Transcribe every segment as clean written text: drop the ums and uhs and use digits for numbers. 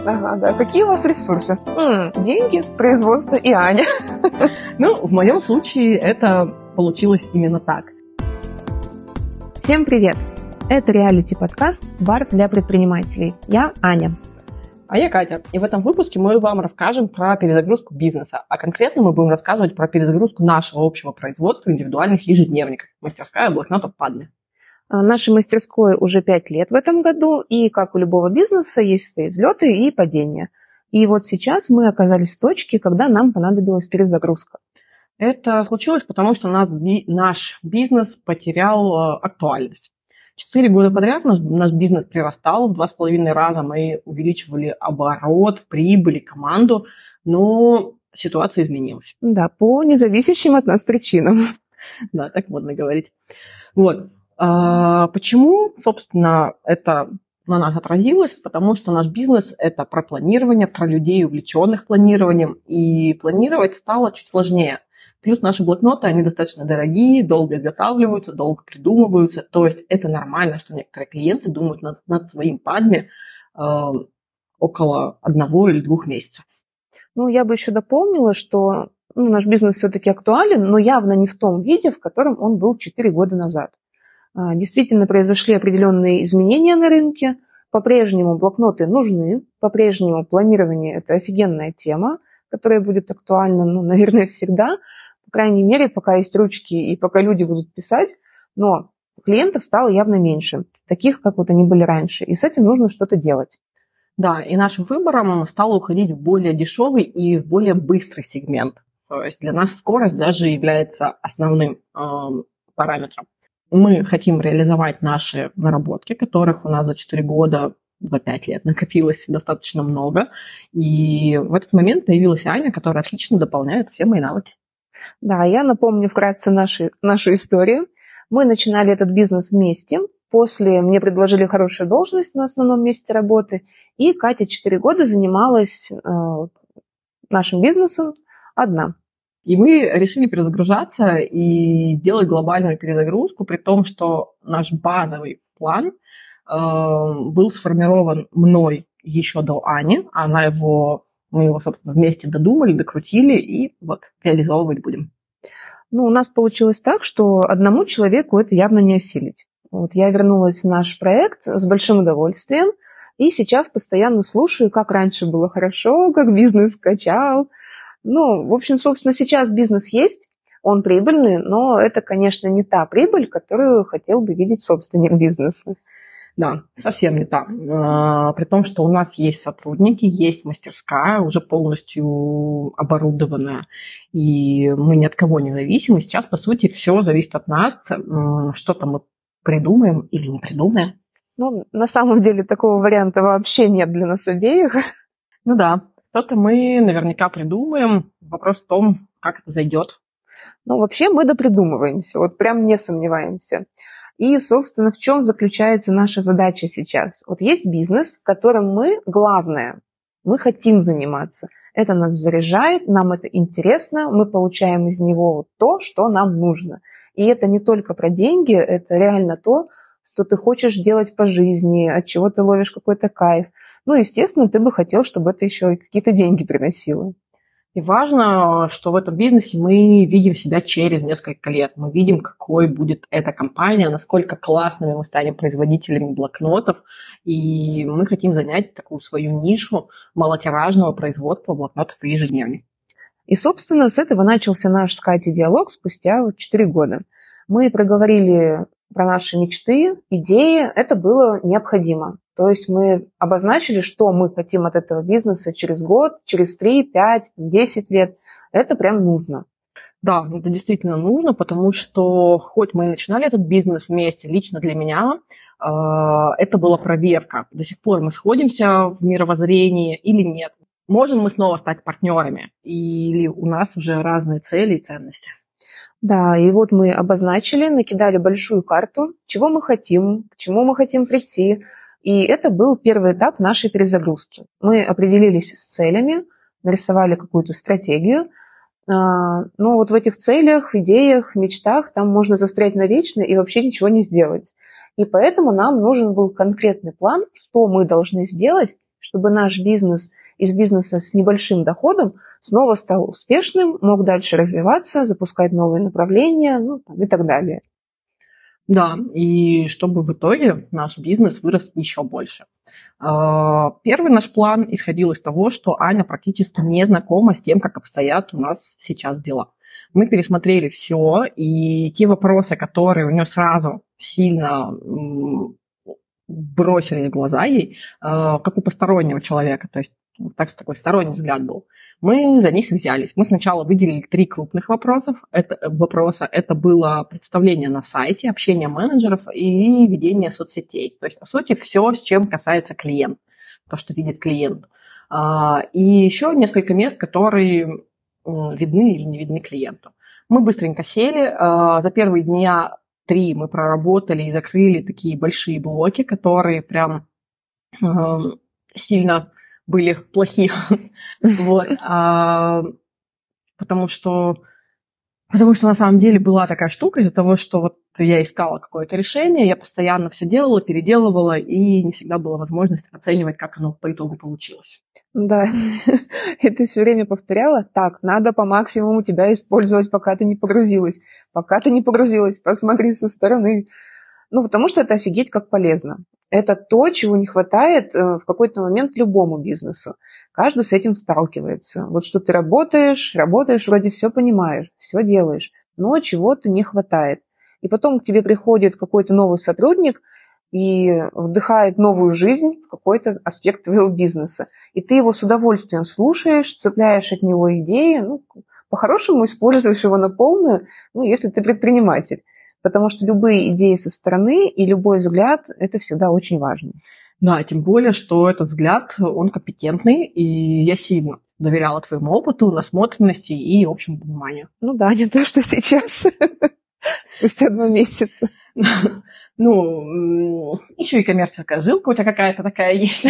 Ага, да. Какие у вас ресурсы? Деньги, производство и Аня. Ну, в моем случае это получилось именно так. Всем привет! Это реалити-подкаст «Бар для предпринимателей». Я Аня. А я Катя. И в этом выпуске мы вам расскажем про перезагрузку бизнеса. А конкретно мы будем рассказывать про перезагрузку нашего общего производства индивидуальных ежедневников. Мастерская блокнотов Падме. Нашей мастерской уже 5 лет в этом году, и, как у любого бизнеса, есть свои взлеты и падения. И вот сейчас мы оказались в точке, когда нам понадобилась перезагрузка. Это случилось, потому что наш бизнес потерял актуальность. 4 года подряд наш бизнес прирастал в 2,5 раза. Мы увеличивали оборот, прибыль, команду, но ситуация изменилась. Да, по независящим от нас причинам. Да, так модно говорить. Вот. Почему, собственно, это на нас отразилось? Потому что наш бизнес – это про планирование, про людей, увлеченных планированием, и планировать стало чуть сложнее. Плюс наши блокноты, они достаточно дорогие, долго изготавливаются, долго придумываются. То есть это нормально, что некоторые клиенты думают над своим падме около 1 или 2 месяцев. Ну, я бы еще дополнила, что наш бизнес все-таки актуален, но явно не в том виде, в котором он был 4 года назад. Действительно произошли определенные изменения на рынке. По-прежнему блокноты нужны, по-прежнему планирование – это офигенная тема, которая будет актуальна, наверное, всегда. По крайней мере, пока есть ручки и пока люди будут писать, но клиентов стало явно меньше, таких, как вот они были раньше, и с этим нужно что-то делать. Да, и нашим выбором стало уходить в более дешевый и в более быстрый сегмент. То есть для нас скорость даже является основным параметром. Мы хотим реализовать наши наработки, которых у нас за 4 года, за 5 лет накопилось достаточно много. И в этот момент появилась Аня, которая отлично дополняет все мои навыки. Да, я напомню вкратце нашу историю. Мы начинали этот бизнес вместе. После мне предложили хорошую должность на основном месте работы. И Катя 4 года занималась нашим бизнесом одна. И мы решили перезагружаться и сделать глобальную перезагрузку, при том, что наш базовый план был сформирован мной еще до Ани. Мы его, собственно, вместе додумали, докрутили и вот реализовывать будем. У нас получилось так, что одному человеку это явно не осилить. Вот я вернулась в наш проект с большим удовольствием и сейчас постоянно слушаю, как раньше было хорошо, как бизнес качал. В общем, собственно, сейчас бизнес есть, он прибыльный, но это, конечно, не та прибыль, которую хотел бы видеть собственник бизнеса. Да, совсем не та. При том, что у нас есть сотрудники, есть мастерская, уже полностью оборудованная, и мы ни от кого не зависим. И сейчас, по сути, все зависит от нас, что-то мы придумаем или не придумаем. На самом деле такого варианта вообще нет для нас обеих. Да, что-то мы наверняка придумаем. Вопрос в том, как это зайдет. Вообще мы допридумываемся, вот прям не сомневаемся. И, собственно, в чем заключается наша задача сейчас? Вот есть бизнес, которым мы хотим заниматься. Это нас заряжает, нам это интересно, мы получаем из него то, что нам нужно. И это не только про деньги, это реально то, что ты хочешь делать по жизни, от чего ты ловишь какой-то кайф. Естественно, ты бы хотел, чтобы это еще и какие-то деньги приносило. И важно, что в этом бизнесе мы видим себя через несколько лет. Мы видим, какой будет эта компания, насколько классными мы станем производителями блокнотов. И мы хотим занять такую свою нишу малотиражного производства блокнотов и ежедневников. И, собственно, с этого начался наш с Катей диалог спустя 4 года. Мы проговорили про наши мечты, идеи. Это было необходимо. То есть мы обозначили, что мы хотим от этого бизнеса через год, через 3, 5, 10 лет. Это прям нужно. Да, это действительно нужно, потому что хоть мы и начинали этот бизнес вместе, лично для меня это была проверка. До сих пор мы сходимся в мировоззрении или нет. Можем мы снова стать партнерами или у нас уже разные цели и ценности? Да, и вот мы обозначили, накидали большую карту, чего мы хотим, к чему мы хотим прийти. И это был первый этап нашей перезагрузки. Мы определились с целями, нарисовали какую-то стратегию. Вот в этих целях, идеях, мечтах там можно застрять навечно и вообще ничего не сделать. И поэтому нам нужен был конкретный план, что мы должны сделать чтобы наш бизнес из бизнеса с небольшим доходом снова стал успешным, мог дальше развиваться, запускать новые направления, и так далее. Да, и чтобы в итоге наш бизнес вырос еще больше. Первый наш план исходил из того, что Аня практически не знакома с тем, как обстоят у нас сейчас дела. Мы пересмотрели все, и те вопросы, которые у нее сразу сильно бросили в глаза ей, как у постороннего человека, то есть такой сторонний взгляд был, мы за них и взялись. Мы сначала выделили 3 крупных вопроса. Это было представление на сайте, общение менеджеров и ведение соцсетей. То есть, по сути, все, с чем касается клиента, то, что видит клиент. И еще несколько мест, которые видны или не видны клиенту. Мы быстренько сели. За первые дня 3 мы проработали и закрыли такие большие блоки, которые прям сильно были плохи. Вот. Потому что на самом деле была такая штука из-за того, что вот я искала какое-то решение, я постоянно все делала, переделывала, и не всегда была возможность оценивать, как оно по итогу получилось. Да, и ты все время повторяла, так, надо по максимуму тебя использовать, пока ты не погрузилась. Пока ты не погрузилась, посмотри со стороны. Потому что это офигеть как полезно. Это то, чего не хватает в какой-то момент любому бизнесу. Каждый с этим сталкивается. Вот что ты работаешь, вроде все понимаешь, все делаешь, но чего-то не хватает. И потом к тебе приходит какой-то новый сотрудник и вдыхает новую жизнь в какой-то аспект твоего бизнеса. И ты его с удовольствием слушаешь, цепляешь от него идеи, по-хорошему используешь его на полную, если ты предприниматель. Потому что любые идеи со стороны и любой взгляд – это всегда очень важно. Да, тем более, что этот взгляд, он компетентный, и я сильно доверяла твоему опыту, насмотренности и общему пониманию. Да, не то, что сейчас, спустя 2 месяца. Еще и коммерческая жилка у тебя какая-то такая есть.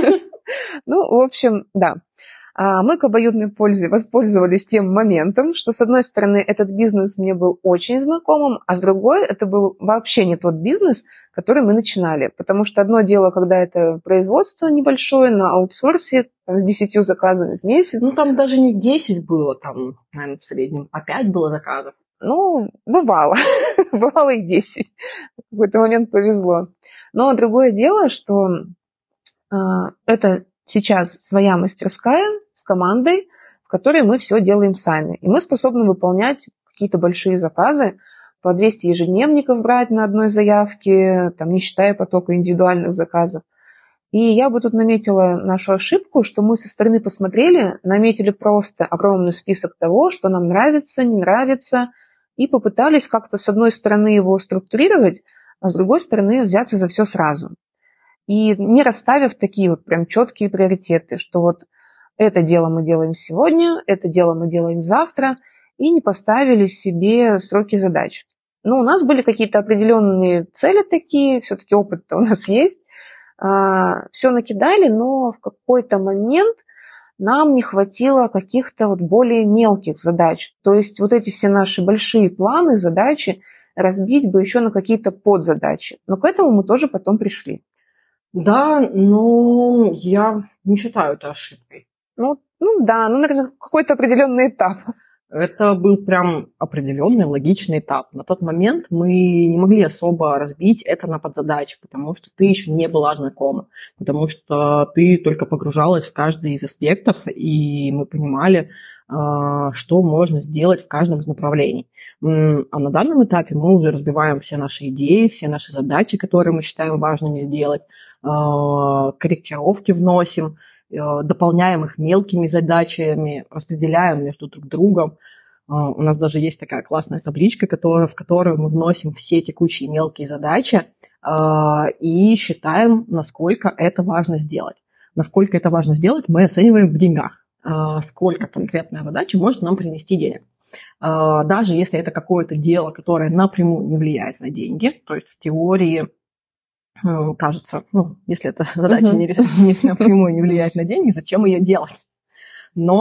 В общем, да. Мы к обоюдной пользе воспользовались тем моментом, что, с одной стороны, этот бизнес мне был очень знакомым, а с другой, это был вообще не тот бизнес, который мы начинали. Потому что одно дело, когда это производство небольшое на аутсорсе, с 10 заказами в месяц. Там даже не 10 было, там, наверное, в среднем, а 5 было заказов. Бывало. Бывало и 10. В какой-то момент повезло. Но другое дело, что это сейчас своя мастерская с командой, в которой мы все делаем сами. И мы способны выполнять какие-то большие заказы, по 200 ежедневников брать на одной заявке, не считая потока индивидуальных заказов. И я бы тут наметила нашу ошибку, что мы со стороны посмотрели, наметили просто огромный список того, что нам нравится, не нравится, и попытались как-то с одной стороны его структурировать, а с другой стороны взяться за все сразу. И не расставив такие прям четкие приоритеты, что это дело мы делаем сегодня, это дело мы делаем завтра, и не поставили себе сроки задач. У нас были какие-то определенные цели такие, все-таки опыт-то у нас есть. Все накидали, но в какой-то момент нам не хватило каких-то более мелких задач. То есть эти все наши большие планы, задачи разбить бы еще на какие-то подзадачи. Но к этому мы тоже потом пришли. Да, я не считаю это ошибкой. Наверное, какой-то определенный этап. Это был прям определенный логичный этап. На тот момент мы не могли особо разбить это на подзадачи, потому что ты еще не была знакома, потому что ты только погружалась в каждый из аспектов, и мы понимали, что можно сделать в каждом из направлений. А на данном этапе мы уже разбиваем все наши идеи, все наши задачи, которые мы считаем важными сделать, корректировки вносим, дополняем их мелкими задачами, распределяем между друг другом. У нас даже есть такая классная табличка, в которую мы вносим все текущие мелкие задачи и считаем, насколько это важно сделать. Насколько это важно сделать, мы оцениваем в деньгах. Сколько конкретная задача может нам принести денег. Даже если это какое-то дело, которое напрямую не влияет на деньги, то есть в теории кажется, если эта задача напрямую не влияет на деньги, зачем ее делать?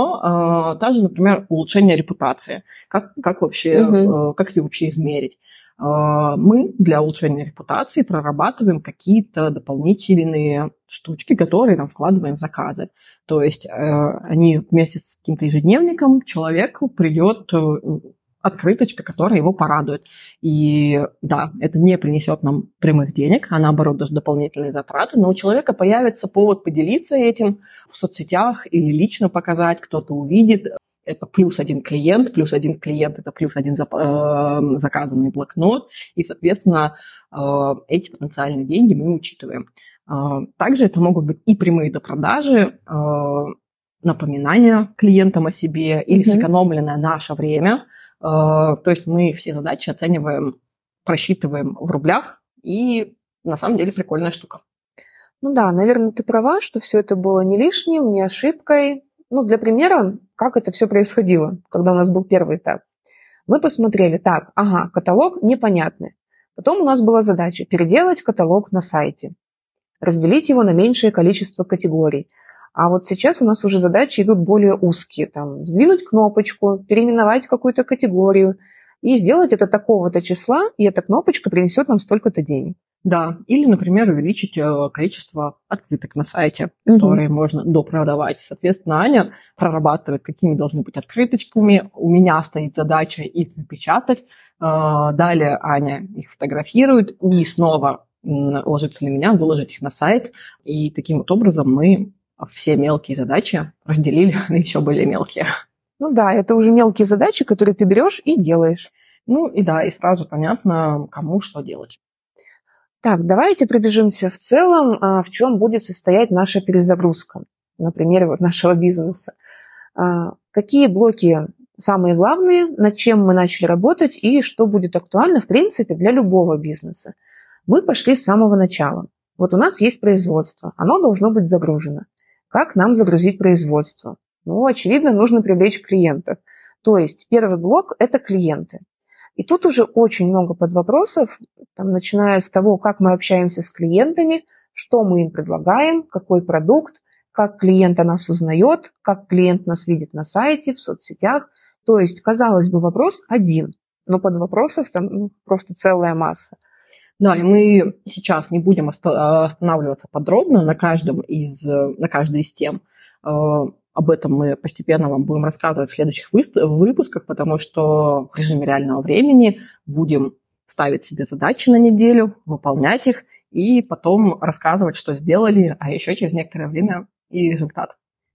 Но даже, например, улучшение репутации. Как ее вообще измерить? Мы для улучшения репутации прорабатываем какие-то дополнительные штучки, которые нам вкладываем в заказы. То есть они вместе с каким-то ежедневником человеку придет открыточка, которая его порадует. И да, это не принесет нам прямых денег, а наоборот даже дополнительные затраты, но у человека появится повод поделиться этим в соцсетях или лично показать, кто-то увидит. Это плюс один клиент это плюс один заказанный блокнот, и, соответственно, эти потенциальные деньги мы учитываем. Также это могут быть и прямые допродажи, напоминания клиентам о себе или сэкономленное наше время. То есть мы все задачи оцениваем, просчитываем в рублях, и на самом деле прикольная штука. Ну да, наверное, ты права, что все это было не лишним, не ошибкой. Ну, для примера, как это все происходило, когда у нас был первый этап. Мы посмотрели, так, каталог непонятный. Потом у нас была задача переделать каталог на сайте, разделить его на меньшее количество категорий. А вот сейчас у нас уже задачи идут более узкие. Там, сдвинуть кнопочку, переименовать какую-то категорию и сделать это такого-то числа, и эта кнопочка принесет нам столько-то денег. Да, или, например, увеличить количество открыток на сайте, которые можно допродавать. Соответственно, Аня прорабатывает, какими должны быть открыточками. У меня стоит задача их напечатать. Далее Аня их фотографирует и снова ложится на меня выложить их на сайт. И таким вот образом мы все мелкие задачи разделили на еще более мелкие. Ну да, это уже мелкие задачи, которые ты берешь и делаешь. Ну и да, и сразу понятно, кому что делать. Так, давайте пробежимся в целом, в чем будет состоять наша перезагрузка, на примере вот нашего бизнеса. Какие блоки самые главные, над чем мы начали работать и что будет актуально, в принципе, для любого бизнеса. Мы пошли с самого начала. Вот у нас есть производство, оно должно быть загружено. Как нам загрузить производство? Ну, очевидно, нужно привлечь клиентов. То есть первый блок – это клиенты. И тут уже очень много подвопросов, начиная с того, как мы общаемся с клиентами, что мы им предлагаем, какой продукт, как клиент о нас узнает, как клиент нас видит на сайте, в соцсетях. То есть, казалось бы, вопрос один, но подвопросов там просто целая масса. Да, и мы сейчас не будем останавливаться подробно на каждой из тем. Об этом мы постепенно вам будем рассказывать в следующих выпусках, потому что в режиме реального времени будем ставить себе задачи на неделю, выполнять их и потом рассказывать, что сделали, а еще через некоторое время и результат.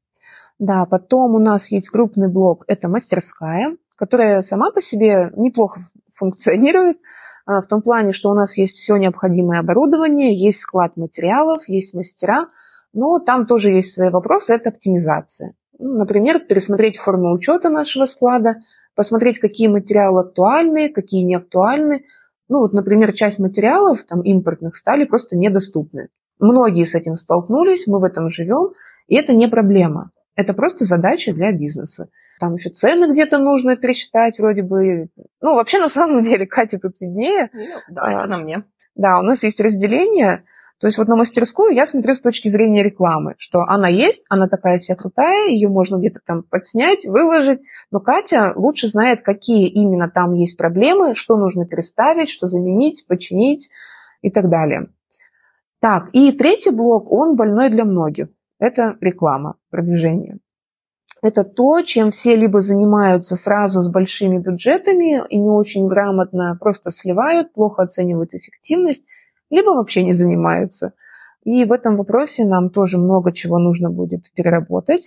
Да, потом у нас есть крупный блок, это мастерская, которая сама по себе неплохо функционирует, в том плане, что у нас есть все необходимое оборудование, есть склад материалов, есть мастера, но там тоже есть свои вопросы, это оптимизация. Например, пересмотреть форму учета нашего склада, посмотреть, какие материалы актуальны, какие не актуальны. Ну вот, например, часть материалов там, импортных стали просто недоступны. Многие с этим столкнулись, мы в этом живем, и это не проблема. Это просто задача для бизнеса. Там еще цены где-то нужно пересчитать вроде бы. Ну, вообще, на самом деле, Катя тут виднее. Да, это на мне. Да, у нас есть разделение. То есть вот на мастерскую я смотрю с точки зрения рекламы, что она есть, она такая вся крутая, ее можно где-то там подснять, выложить, но Катя лучше знает, какие именно там есть проблемы, что нужно переставить, что заменить, починить и так далее. Так, и третий блок, он больной для многих. Это реклама, продвижение. Это то, чем все либо занимаются сразу с большими бюджетами и не очень грамотно просто сливают, плохо оценивают эффективность, либо вообще не занимаются. И в этом вопросе нам тоже много чего нужно будет переработать.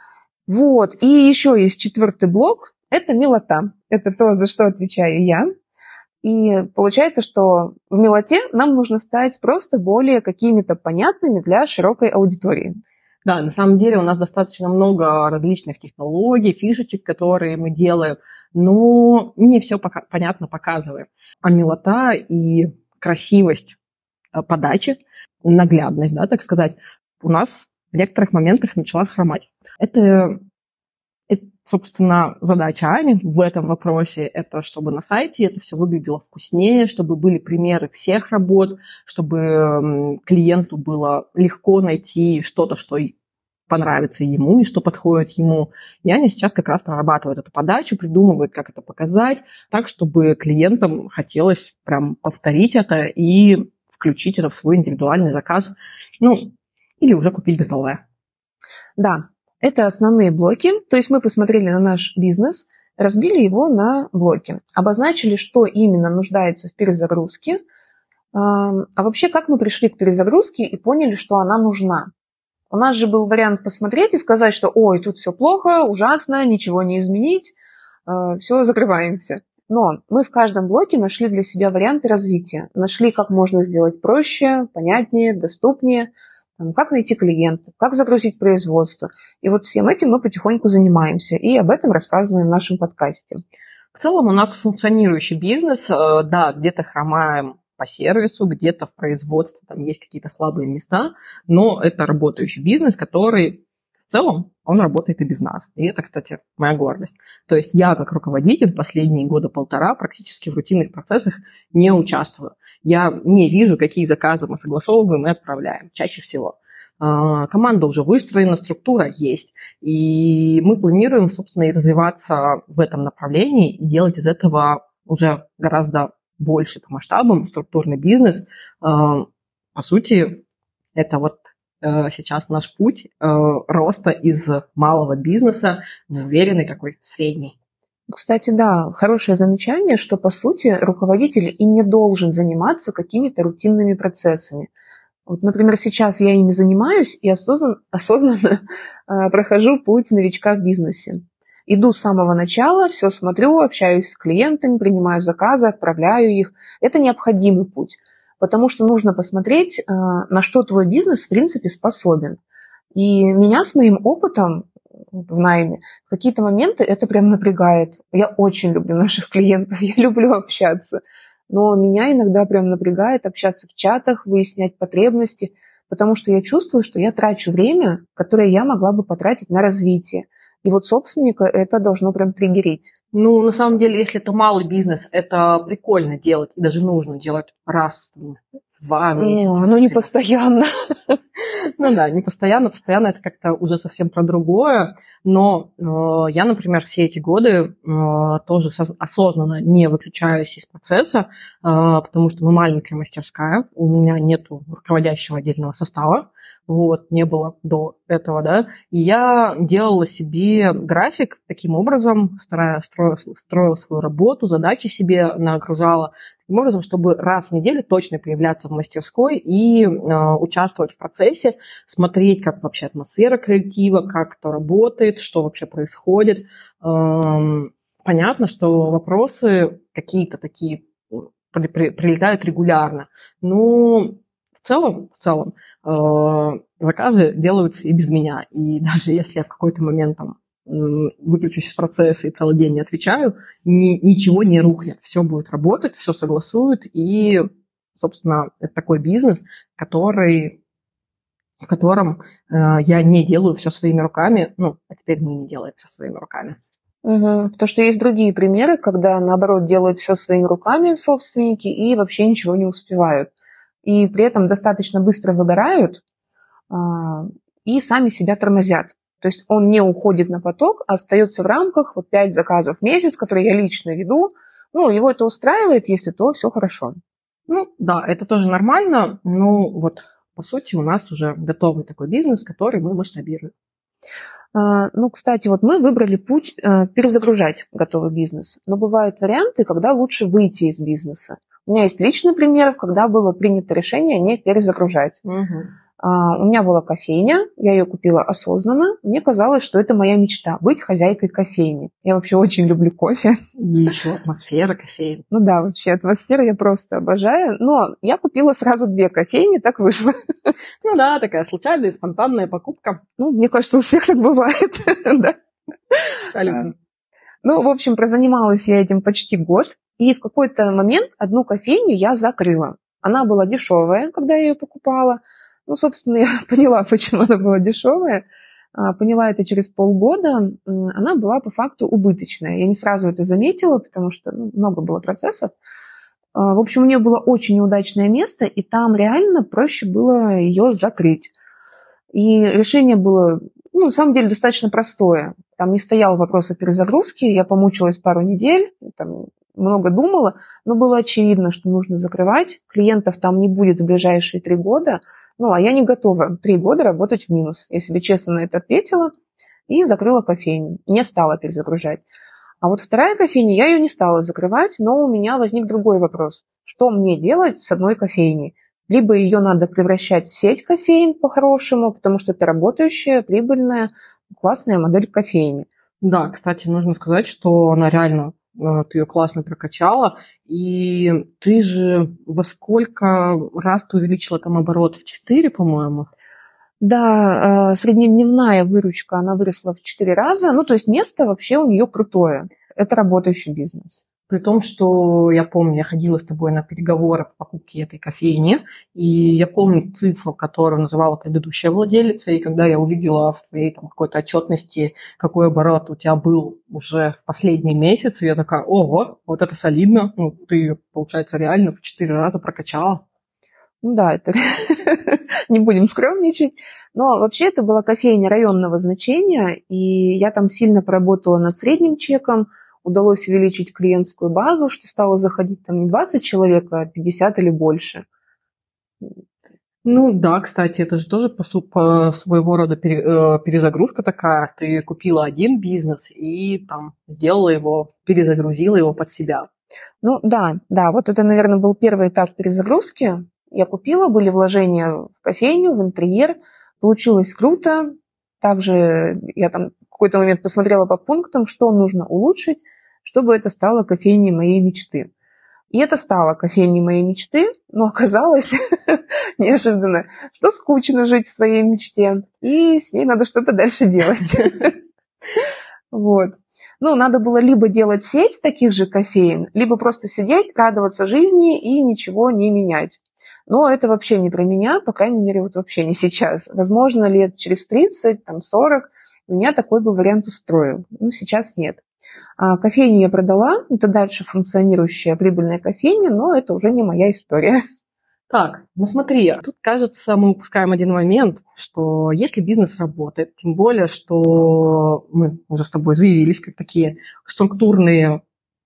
Вот. И еще есть четвертый блок. Это милота. Это то, за что отвечаю я. И получается, что в милоте нам нужно стать просто более какими-то понятными для широкой аудитории. Да, на самом деле у нас достаточно много различных технологий, фишечек, которые мы делаем, но не все понятно показываем. А милота и красивость подачи, наглядность, да, так сказать, у нас в некоторых моментах начала хромать. Это, собственно, задача Ани в этом вопросе, это чтобы на сайте это все выглядело вкуснее, чтобы были примеры всех работ, чтобы клиенту было легко найти что-то, что понравится ему и что подходит ему. И они сейчас как раз прорабатывают эту подачу, придумывают, как это показать, так, чтобы клиентам хотелось прям повторить это и включить это в свой индивидуальный заказ, ну, или уже купить готовое. Да, это основные блоки. То есть мы посмотрели на наш бизнес, разбили его на блоки, обозначили, что именно нуждается в перезагрузке, а вообще, как мы пришли к перезагрузке и поняли, что она нужна. У нас же был вариант посмотреть и сказать, что ой, тут все плохо, ужасно, ничего не изменить, все, закрываемся. Но мы в каждом блоке нашли для себя варианты развития. Нашли, как можно сделать проще, понятнее, доступнее, как найти клиентов, как загрузить производство. И вот всем этим мы потихоньку занимаемся. И об этом рассказываем в нашем подкасте. В целом у нас функционирующий бизнес. Да, где-то хромаем по сервису, где-то в производстве там есть какие-то слабые места, но это работающий бизнес, который в целом, он работает и без нас. И это, кстати, моя гордость. То есть я, как руководитель, последние года полтора практически в рутинных процессах не участвую. Я не вижу, какие заказы мы согласовываем и отправляем, чаще всего. Команда уже выстроена, структура есть. И мы планируем, собственно, и развиваться в этом направлении и делать из этого уже гораздо больше по масштабам, структурный бизнес. По сути, это вот сейчас наш путь роста из малого бизнеса в уверенный такой средний. Кстати, да, хорошее замечание, что, по сути, руководитель и не должен заниматься какими-то рутинными процессами. Вот, например, сейчас я ими занимаюсь и осознанно прохожу путь новичка в бизнесе. Иду с самого начала, все смотрю, общаюсь с клиентами, принимаю заказы, отправляю их. Это необходимый путь, потому что нужно посмотреть, на что твой бизнес, в принципе, способен. И меня с моим опытом в найме в какие-то моменты это прям напрягает. Я очень люблю наших клиентов, я люблю общаться. Но меня иногда прям напрягает общаться в чатах, выяснять потребности, потому что я чувствую, что я трачу время, которое я могла бы потратить на развитие. И вот собственника это должно прям триггерить. Ну, на самом деле, если это малый бизнес, это прикольно делать, и даже нужно делать раз в 2 месяца. Ну, не постоянно. Ну да, не постоянно. Постоянно это как-то уже совсем про другое. Но я, например, все эти годы тоже осознанно не выключаюсь из процесса, потому что мы маленькая мастерская, у меня нету руководящего отдельного состава. Вот, не было до этого, да, и я делала себе график таким образом, строила свою работу, задачи себе нагружала, таким образом, чтобы раз в неделю точно появляться в мастерской и участвовать в процессе, смотреть, как вообще атмосфера коллектива, как это работает, что вообще происходит. Понятно, что вопросы какие-то такие прилетают регулярно, но в целом, заказы делаются и без меня. И даже если я в какой-то момент там выключусь из процесса и целый день не отвечаю, ничего не рухнет. Все будет работать, все согласуют. И, собственно, это такой бизнес, в котором я не делаю все своими руками. Ну, а теперь мы не делаем все своими руками. Угу. Потому что есть другие примеры, когда, наоборот, делают все своими руками собственники и вообще ничего не успевают. И при этом достаточно быстро выгорают и сами себя тормозят. То есть он не уходит на поток, а остается в рамках 5 заказов в месяц, которые я лично веду. Ну, его это устраивает, если то все хорошо. Ну, да, это тоже нормально. Ну, вот, по сути, у нас уже готовый такой бизнес, который мы масштабируем. Ну, кстати, вот мы выбрали путь перезагружать готовый бизнес. Но бывают варианты, когда лучше выйти из бизнеса. У меня есть личный пример, когда было принято решение не перезагружать. У меня была кофейня, я ее купила осознанно. Мне казалось, что это моя мечта – быть хозяйкой кофейни. Я вообще очень люблю кофе. И еще атмосфера кофейни. Ну да, вообще атмосфера я просто обожаю. Но я купила сразу 2 кофейни, так вышло. Ну да, такая случайная, спонтанная покупка. Ну, мне кажется, у всех так бывает. Да. Абсолютно. Ну, в общем, прозанималась я этим почти год. И в какой-то момент одну кофейню я закрыла. Она была дешевая, когда я ее покупала. Ну, собственно, я поняла, почему она была дешевая. Поняла это через полгода. Она была по факту убыточная. Я не сразу это заметила, потому что много было процессов. В общем, у нее было очень неудачное место, и там реально проще было ее закрыть. И решение было на самом деле достаточно простое. Там не стоял вопрос о перезагрузке, я помучилась пару недель, там много думала, но было очевидно, что нужно закрывать. Клиентов там не будет в ближайшие 3 года, а я не готова 3 года работать в минус. Я себе честно на это ответила и закрыла кофейню, не стала перезагружать. А вот вторая кофейня, я ее не стала закрывать, но у меня возник другой вопрос. Что мне делать с одной кофейней? Либо ее надо превращать в сеть кофеин по-хорошему, потому что это работающая, прибыльная, классная модель кофейни. Да, кстати, нужно сказать, что она реально, ты ее классно прокачала, и ты же во сколько раз ты увеличила там оборот? В 4, по-моему? Да, среднедневная выручка, она выросла в 4 раза. То есть место вообще у нее крутое. Это работающий бизнес. При том, что я помню, я ходила с тобой на переговоры по покупке этой кофейни, и я помню цифру, которую называла предыдущая владелица, и когда я увидела в твоей там какой-то отчетности, какой оборот у тебя был уже в последний месяц, я такая, ого, вот это солидно, ты, получается, реально в 4 раза прокачала. Да, это не будем скромничать. Но вообще это была кофейня районного значения, и я там сильно поработала над средним чеком, удалось увеличить клиентскую базу, что стало заходить там не 20 человек, а 50 или больше. Да, кстати, это же тоже своего рода перезагрузка такая. Ты купила один бизнес и там сделала его, перезагрузила его под себя. Да, вот это, наверное, был первый этап перезагрузки. Я купила, были вложения в кофейню, в интерьер, получилось круто. Также я там в какой-то момент посмотрела по пунктам, что нужно улучшить, чтобы это стало кофейней моей мечты. И это стало кофейней моей мечты, но оказалось неожиданно, что скучно жить в своей мечте, и с ней надо что-то дальше делать. Вот. Надо было либо делать сеть таких же кофеен, либо просто сидеть, радоваться жизни и ничего не менять. Но это вообще не про меня, по крайней мере, вот вообще не сейчас. Возможно, лет через 30, 40 меня такой бы вариант устроил. Сейчас нет. Кофейню я продала, это дальше функционирующая прибыльная кофейня, но это уже не моя история. Так, смотри, тут, кажется, мы упускаем один момент, что если бизнес работает, тем более, что мы уже с тобой заявились как такие структурные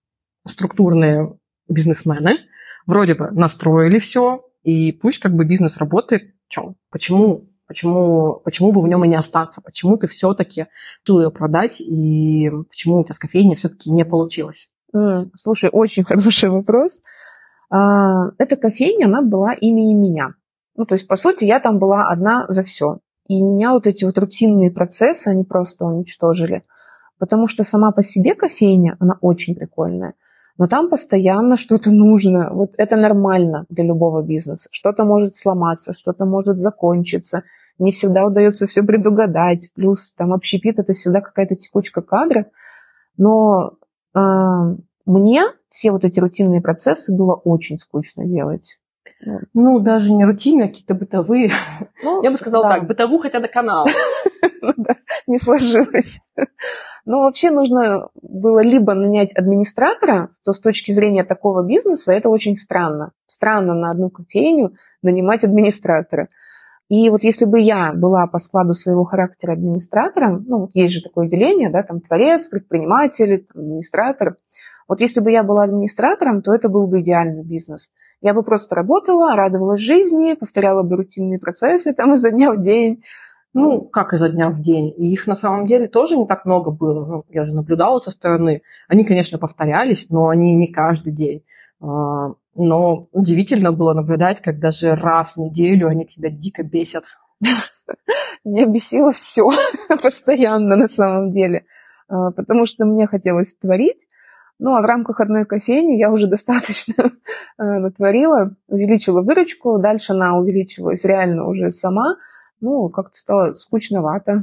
бизнесмены, вроде бы настроили все, и пусть бизнес работает, почему бы в нем и не остаться? Почему ты все-таки решила ее продать, и почему у тебя с кофейней все-таки не получилось? Слушай, очень хороший вопрос. Эта кофейня, она была именем меня. То есть, по сути, я там была одна за все. И меня вот эти вот рутинные процессы, они просто уничтожили. Потому что сама по себе кофейня, она очень прикольная. Но там постоянно что-то нужно. Вот это нормально для любого бизнеса. Что-то может сломаться, что-то может закончиться. Не всегда удается все предугадать. Плюс там общепит – это всегда какая-то текучка кадра. Но мне все вот эти рутинные процессы было очень скучно делать. Даже не рутинные, а какие-то бытовые. Я бы сказала так, бытовуха хотя до канала. Не сложилось. Вообще нужно было либо нанять администратора, то с точки зрения такого бизнеса это очень странно. Странно на одну кофейню нанимать администратора. И вот если бы я была по складу своего характера администратором, есть же такое деление, да, там творец, предприниматель, администратор. Вот если бы я была администратором, то это был бы идеальный бизнес. Я бы просто работала, радовалась жизни, повторяла бы рутинные процессы там изо дня в день. Как изо дня в день? И их на самом деле тоже не так много было. Я же наблюдала со стороны. Они, конечно, повторялись, но они не каждый день. Но удивительно было наблюдать, как даже раз в неделю они тебя дико бесят. Меня бесило все постоянно на самом деле, потому что мне хотелось творить. А в рамках одной кофейни я уже достаточно натворила, увеличила выручку, дальше она увеличивалась реально уже сама. Как-то стало скучновато.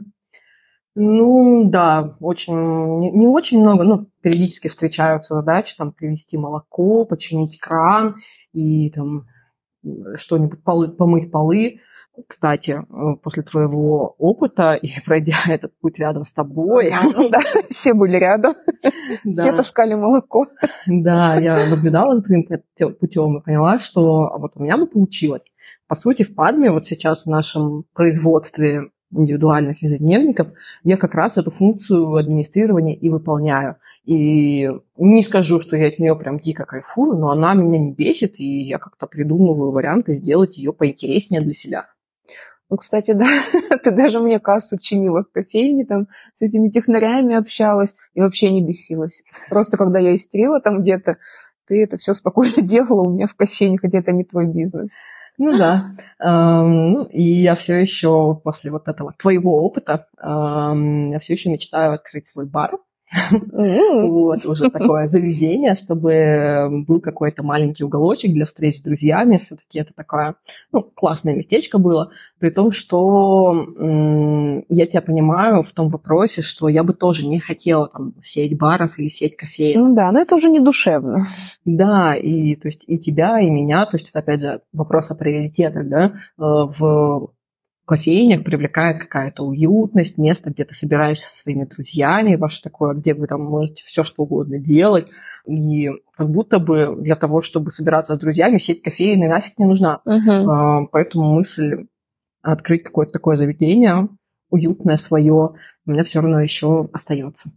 Да, не очень много, периодически встречаются задачи, там, привезти молоко, починить кран и там что-нибудь, помыть полы. Кстати, после твоего опыта и пройдя этот путь рядом с тобой... Да, все были рядом, все таскали молоко. Да, я наблюдала за твоим путем и поняла, что вот у меня бы получилось. По сути, в Падме вот сейчас в нашем производстве индивидуальных ежедневников, я как раз эту функцию администрирования и выполняю. И не скажу, что я от нее прям дико кайфую, но она меня не бесит, и я как-то придумываю варианты сделать ее поинтереснее для себя. Ну, кстати, да, ты даже мне кассу чинила в кофейне, там с этими технарями общалась и вообще не бесилась. Просто когда я истерила там где-то, ты это все спокойно делала у меня в кофейне, хотя это не твой бизнес. Ну да. И я все еще после вот этого твоего опыта, я все еще мечтаю открыть свой бар. Вот, уже такое заведение, чтобы был какой-то маленький уголочек для встреч с друзьями. Все-таки это такое, классное местечко было. При том, что я тебя понимаю в том вопросе, что я бы тоже не хотела там сеть баров или сеть кофеек. Ну да, но это уже не душевно. Да, и то есть и тебя, и меня, то есть это опять же вопрос о приоритетах, да, в кофейнях привлекает какая-то уютность, место, где ты собираешься со своими друзьями, ваше такое, где вы там можете все что угодно делать. И как будто бы для того, чтобы собираться с друзьями, сеть кофеин нафиг не нужна. Поэтому мысль открыть какое-то такое заведение, уютное свое, у меня все равно еще остается.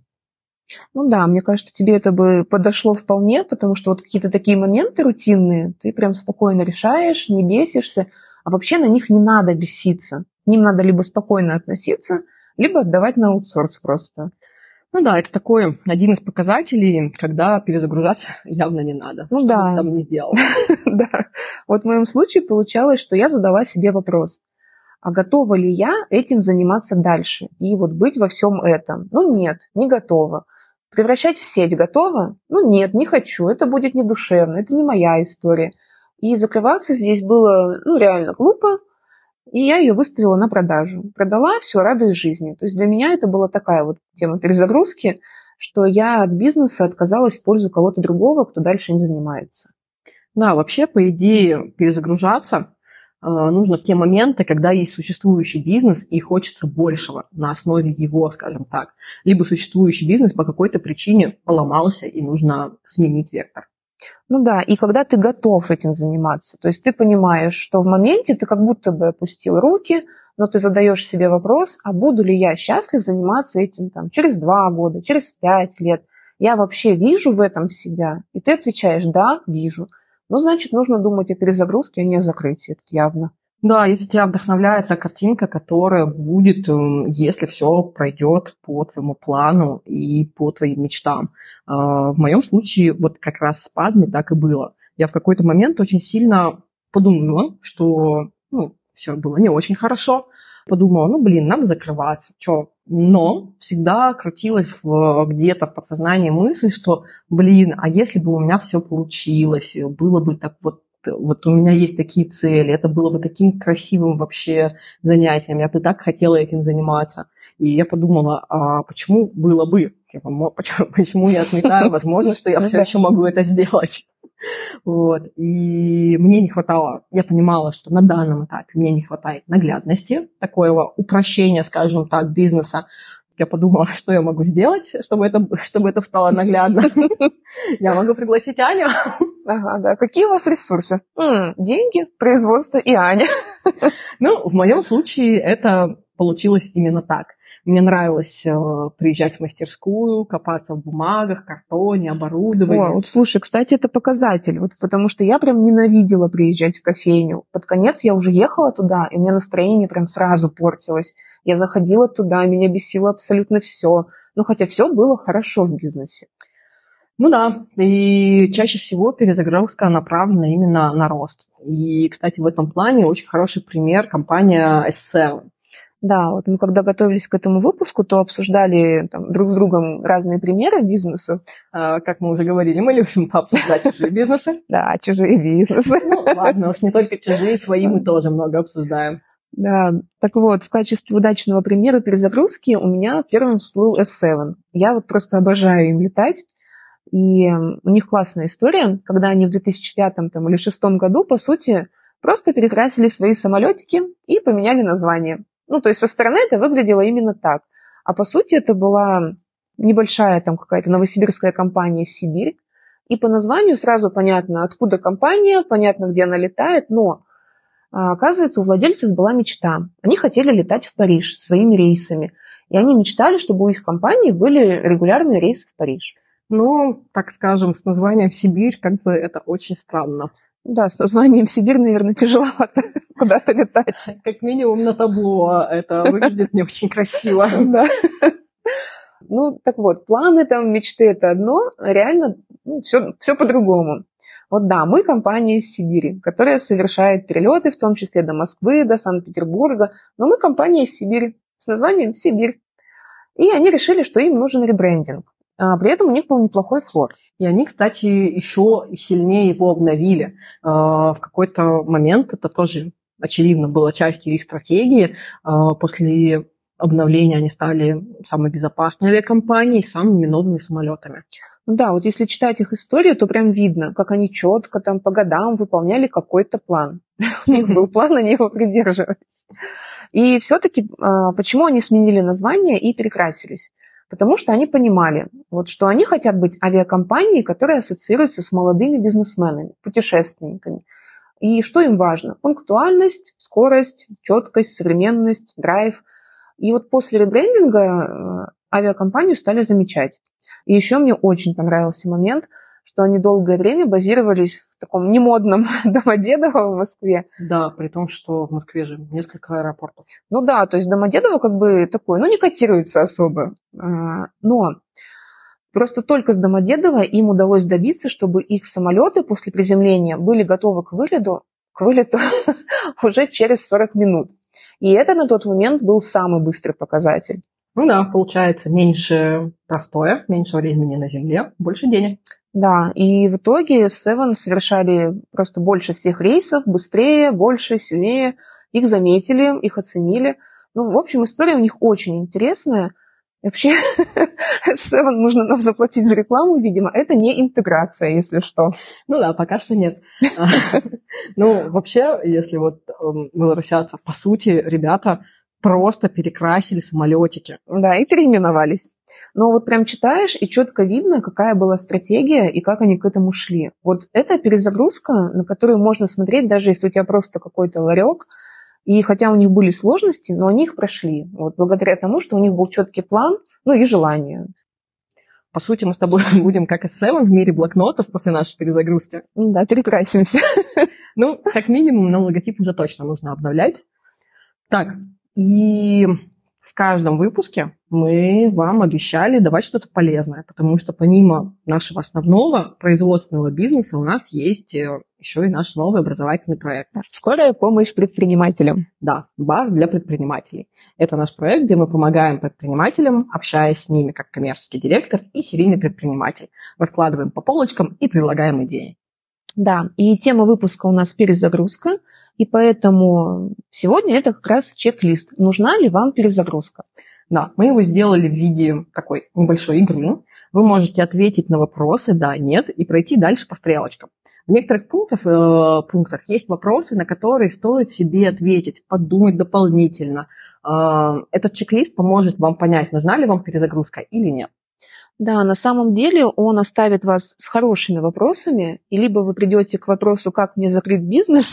Ну да, мне кажется, тебе это бы подошло вполне, потому что вот какие-то такие моменты рутинные ты прям спокойно решаешь, не бесишься, а вообще на них не надо беситься. К ним надо либо спокойно относиться, либо отдавать на аутсорс просто. Ну да, это такой один из показателей, когда перезагружаться явно не надо. Ну что да. ты там не делал. Да. Вот в моем случае получалось, что я задала себе вопрос, а готова ли я этим заниматься дальше и вот быть во всем этом? Ну нет, не готова. Превращать в сеть готова? Ну нет, не хочу, это будет недушевно, это не моя история. И закрываться здесь было, реально глупо, и я ее выставила на продажу. Продала, все, радуюсь жизни. То есть для меня это была такая вот тема перезагрузки, что я от бизнеса отказалась в пользу кого-то другого, кто дальше не занимается. Да, вообще, по идее, перезагружаться нужно в те моменты, когда есть существующий бизнес и хочется большего на основе его, скажем так. Либо существующий бизнес по какой-то причине поломался и нужно сменить вектор. Ну да, и когда ты готов этим заниматься, то есть ты понимаешь, что в моменте ты как будто бы опустил руки, но ты задаешь себе вопрос, а буду ли я счастлив заниматься этим там, через 2 года, через 5 лет? Я вообще вижу в этом себя? И ты отвечаешь, да, вижу. Ну, значит, нужно думать о перезагрузке, а не о закрытии, это явно. Да, если тебя вдохновляет та картинка, которая будет, если все пройдет по твоему плану и по твоим мечтам. В моем случае вот как раз с ПАДМи так и было. Я в какой-то момент очень сильно подумала, что все было не очень хорошо. Подумала, надо закрываться, что. Но всегда крутилась где-то в подсознании мысль, что, а если бы у меня все получилось, было бы так вот у меня есть такие цели, это было бы таким красивым вообще занятием, я бы так хотела этим заниматься. И я подумала, а почему было бы? Почему я отметаю возможность, что я все еще могу это сделать? Вот. И мне не хватало, я понимала, что на данном этапе мне не хватает наглядности, такого упрощения, скажем так, бизнеса. Я подумала, что я могу сделать, чтобы это стало наглядно. Я могу пригласить Аню. Ага, да. Какие у вас ресурсы? Деньги, производство и Аня. В моем случае это получилось именно так. Мне нравилось приезжать в мастерскую, копаться в бумагах, картоне, оборудовании. Вот, слушай, кстати, это показатель, потому что я прям ненавидела приезжать в кофейню. Под конец я уже ехала туда, и у меня настроение прям сразу портилось. Я заходила туда, меня бесило абсолютно все. Хотя все было хорошо в бизнесе. Да, и чаще всего перезагрузка направлена именно на рост. И, кстати, в этом плане очень хороший пример компания S7. Да, вот мы когда готовились к этому выпуску, то обсуждали друг с другом разные примеры бизнеса. Как мы уже говорили, мы любим пообсуждать чужие бизнесы. Да, чужие бизнесы. Ладно, уж не только чужие, свои мы тоже много обсуждаем. Да, так вот, в качестве удачного примера перезагрузки у меня первым всплыл S7. Я просто обожаю им летать. И у них классная история, когда они в 2005 или 2006 году, по сути, просто перекрасили свои самолетики и поменяли название. То есть со стороны это выглядело именно так. А по сути это была небольшая какая-то новосибирская компания «Сибирь». И по названию сразу понятно, откуда компания, понятно, где она летает, но А оказывается, у владельцев была мечта. Они хотели летать в Париж своими рейсами. И они мечтали, чтобы у их компании были регулярные рейсы в Париж. Ну, так скажем, с названием «Сибирь» как бы это очень странно. Да, с названием «Сибирь», наверное, тяжеловато куда-то летать. Как минимум на табло это выглядит не очень красиво. Да. Ну, так вот, планы там, мечты – это одно, реально все по-другому. Вот да, мы компания из Сибири, которая совершает перелеты, в том числе до Москвы, до Санкт-Петербурга, но мы компания из Сибири с названием «Сибирь». И они решили, что им нужен ребрендинг. А при этом у них был неплохой флор. И они, кстати, еще сильнее его обновили. В какой-то момент это тоже, очевидно, было частью их стратегии. После обновления они стали самой безопасной авиакомпанией с самыми новыми самолетами. Да, вот если читать их историю, то прям видно, как они четко там по годам выполняли какой-то план. У них был план, они его придерживались. И все-таки почему они сменили название и перекрасились? Потому что они понимали, вот, что они хотят быть авиакомпанией, которая ассоциируется с молодыми бизнесменами, путешественниками. И что им важно? Пунктуальность, скорость, четкость, современность, драйв. И вот после ребрендинга авиакомпанию стали замечать. И еще мне очень понравился момент, что они долгое время базировались в таком немодном Домодедово в Москве. Да, при том, что в Москве же несколько аэропортов. Ну да, то есть Домодедово как бы такое, не котируется особо. Но просто только с Домодедово им удалось добиться, чтобы их самолеты после приземления были готовы к вылету уже через 40 минут. И это на тот момент был самый быстрый показатель. Ну да, получается, меньше простоя, меньше времени на земле, больше денег. Да, и в итоге Seven совершали просто больше всех рейсов, быстрее, больше, сильнее. Их заметили, их оценили. Ну, в общем, история у них очень интересная. Вообще, Seven нужно нам заплатить за рекламу, видимо. Это не интеграция, если что. Ну да, пока что нет. Ну, вообще, если вот возвращаться, по сути, ребята просто перекрасили самолетики. Да, и переименовались. Но вот прям читаешь, и четко видно, какая была стратегия и как они к этому шли. Вот это перезагрузка, на которую можно смотреть, даже если у тебя просто какой-то ларек. И хотя у них были сложности, но они их прошли. Вот благодаря тому, что у них был четкий план, и желание. По сути, мы с тобой будем как и Seven в мире блокнотов после нашей перезагрузки. Да, перекрасимся. Ну, как минимум, на логотип уже точно нужно обновлять. Так, и в каждом выпуске мы вам обещали давать что-то полезное, потому что помимо нашего основного производственного бизнеса у нас есть еще и наш новый образовательный проект. Скорая помощь предпринимателям. Да, бар для предпринимателей. Это наш проект, где мы помогаем предпринимателям, общаясь с ними как коммерческий директор и серийный предприниматель. Раскладываем по полочкам и предлагаем идеи. Да, и тема выпуска у нас перезагрузка, и поэтому сегодня это как раз чек-лист. Нужна ли вам перезагрузка? Да, мы его сделали в виде такой небольшой игры. Вы можете ответить на вопросы «да», «нет» и пройти дальше по стрелочкам. В некоторых пунктах есть вопросы, на которые стоит себе ответить, подумать дополнительно. Этот чек-лист поможет вам понять, нужна ли вам перезагрузка или нет. Да, на самом деле он оставит вас с хорошими вопросами, и либо вы придете к вопросу, как мне закрыть бизнес,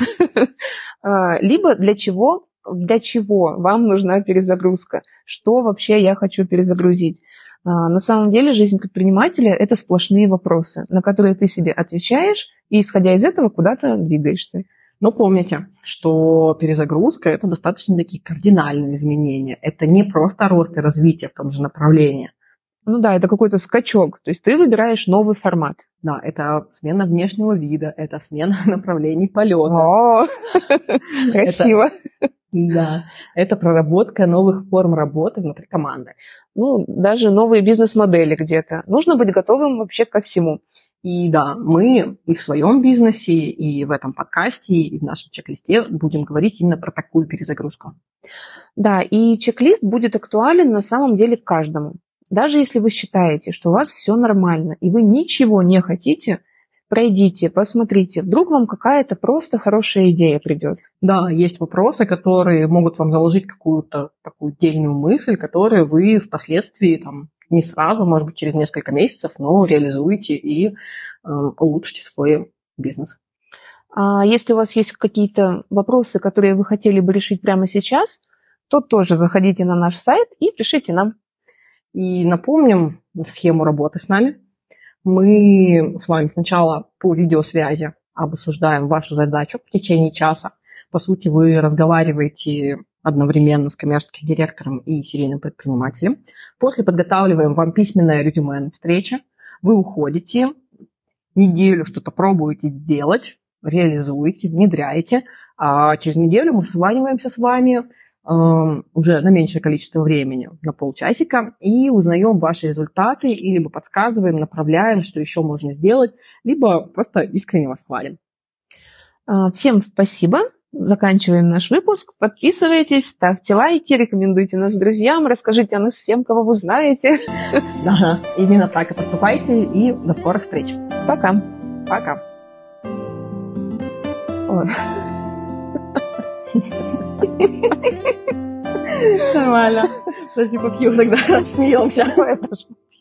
либо для чего вам нужна перезагрузка, что вообще я хочу перезагрузить. На самом деле жизнь предпринимателя – это сплошные вопросы, на которые ты себе отвечаешь, и, исходя из этого, куда-то двигаешься. Но помните, что перезагрузка – это достаточно такие кардинальные изменения. Это не просто рост и развитие в том же направлении. Ну да, это какой-то скачок. То есть ты выбираешь новый формат. Да, это смена внешнего вида, это смена направлений полета. О, красиво. Да, это проработка новых форм работы внутри команды. Даже новые бизнес-модели где-то. Нужно быть готовым вообще ко всему. И да, мы и в своем бизнесе, и в этом подкасте, и в нашем чек-листе будем говорить именно про такую перезагрузку. Да, и чек-лист будет актуален на самом деле каждому. Даже если вы считаете, что у вас все нормально, и вы ничего не хотите, пройдите, посмотрите. Вдруг вам какая-то просто хорошая идея придет. Да, есть вопросы, которые могут вам заложить какую-то такую дельную мысль, которую вы впоследствии не сразу, может быть, через несколько месяцев, но реализуете и улучшите свой бизнес. А если у вас есть какие-то вопросы, которые вы хотели бы решить прямо сейчас, то тоже заходите на наш сайт и пишите нам. И напомним схему работы с нами. Мы с вами сначала по видеосвязи обсуждаем вашу задачу в течение часа. По сути, вы разговариваете одновременно с коммерческим директором и серийным предпринимателем. После подготавливаем вам письменное резюме на встрече. Вы уходите, неделю что-то пробуете делать, реализуете, внедряете. А через неделю мы созваниваемся с вами уже на меньшее количество времени, на полчасика, и узнаем ваши результаты, и либо подсказываем, направляем, что еще можно сделать, либо просто искренне вас хвалим. Всем спасибо. Заканчиваем наш выпуск. Подписывайтесь, ставьте лайки, рекомендуйте нас друзьям, расскажите о нас всем, кого вы знаете. Да, именно так и поступайте, и до скорых встреч. Пока. Пока. Нормально. Подожди, попью тогда, смеемся. Это ж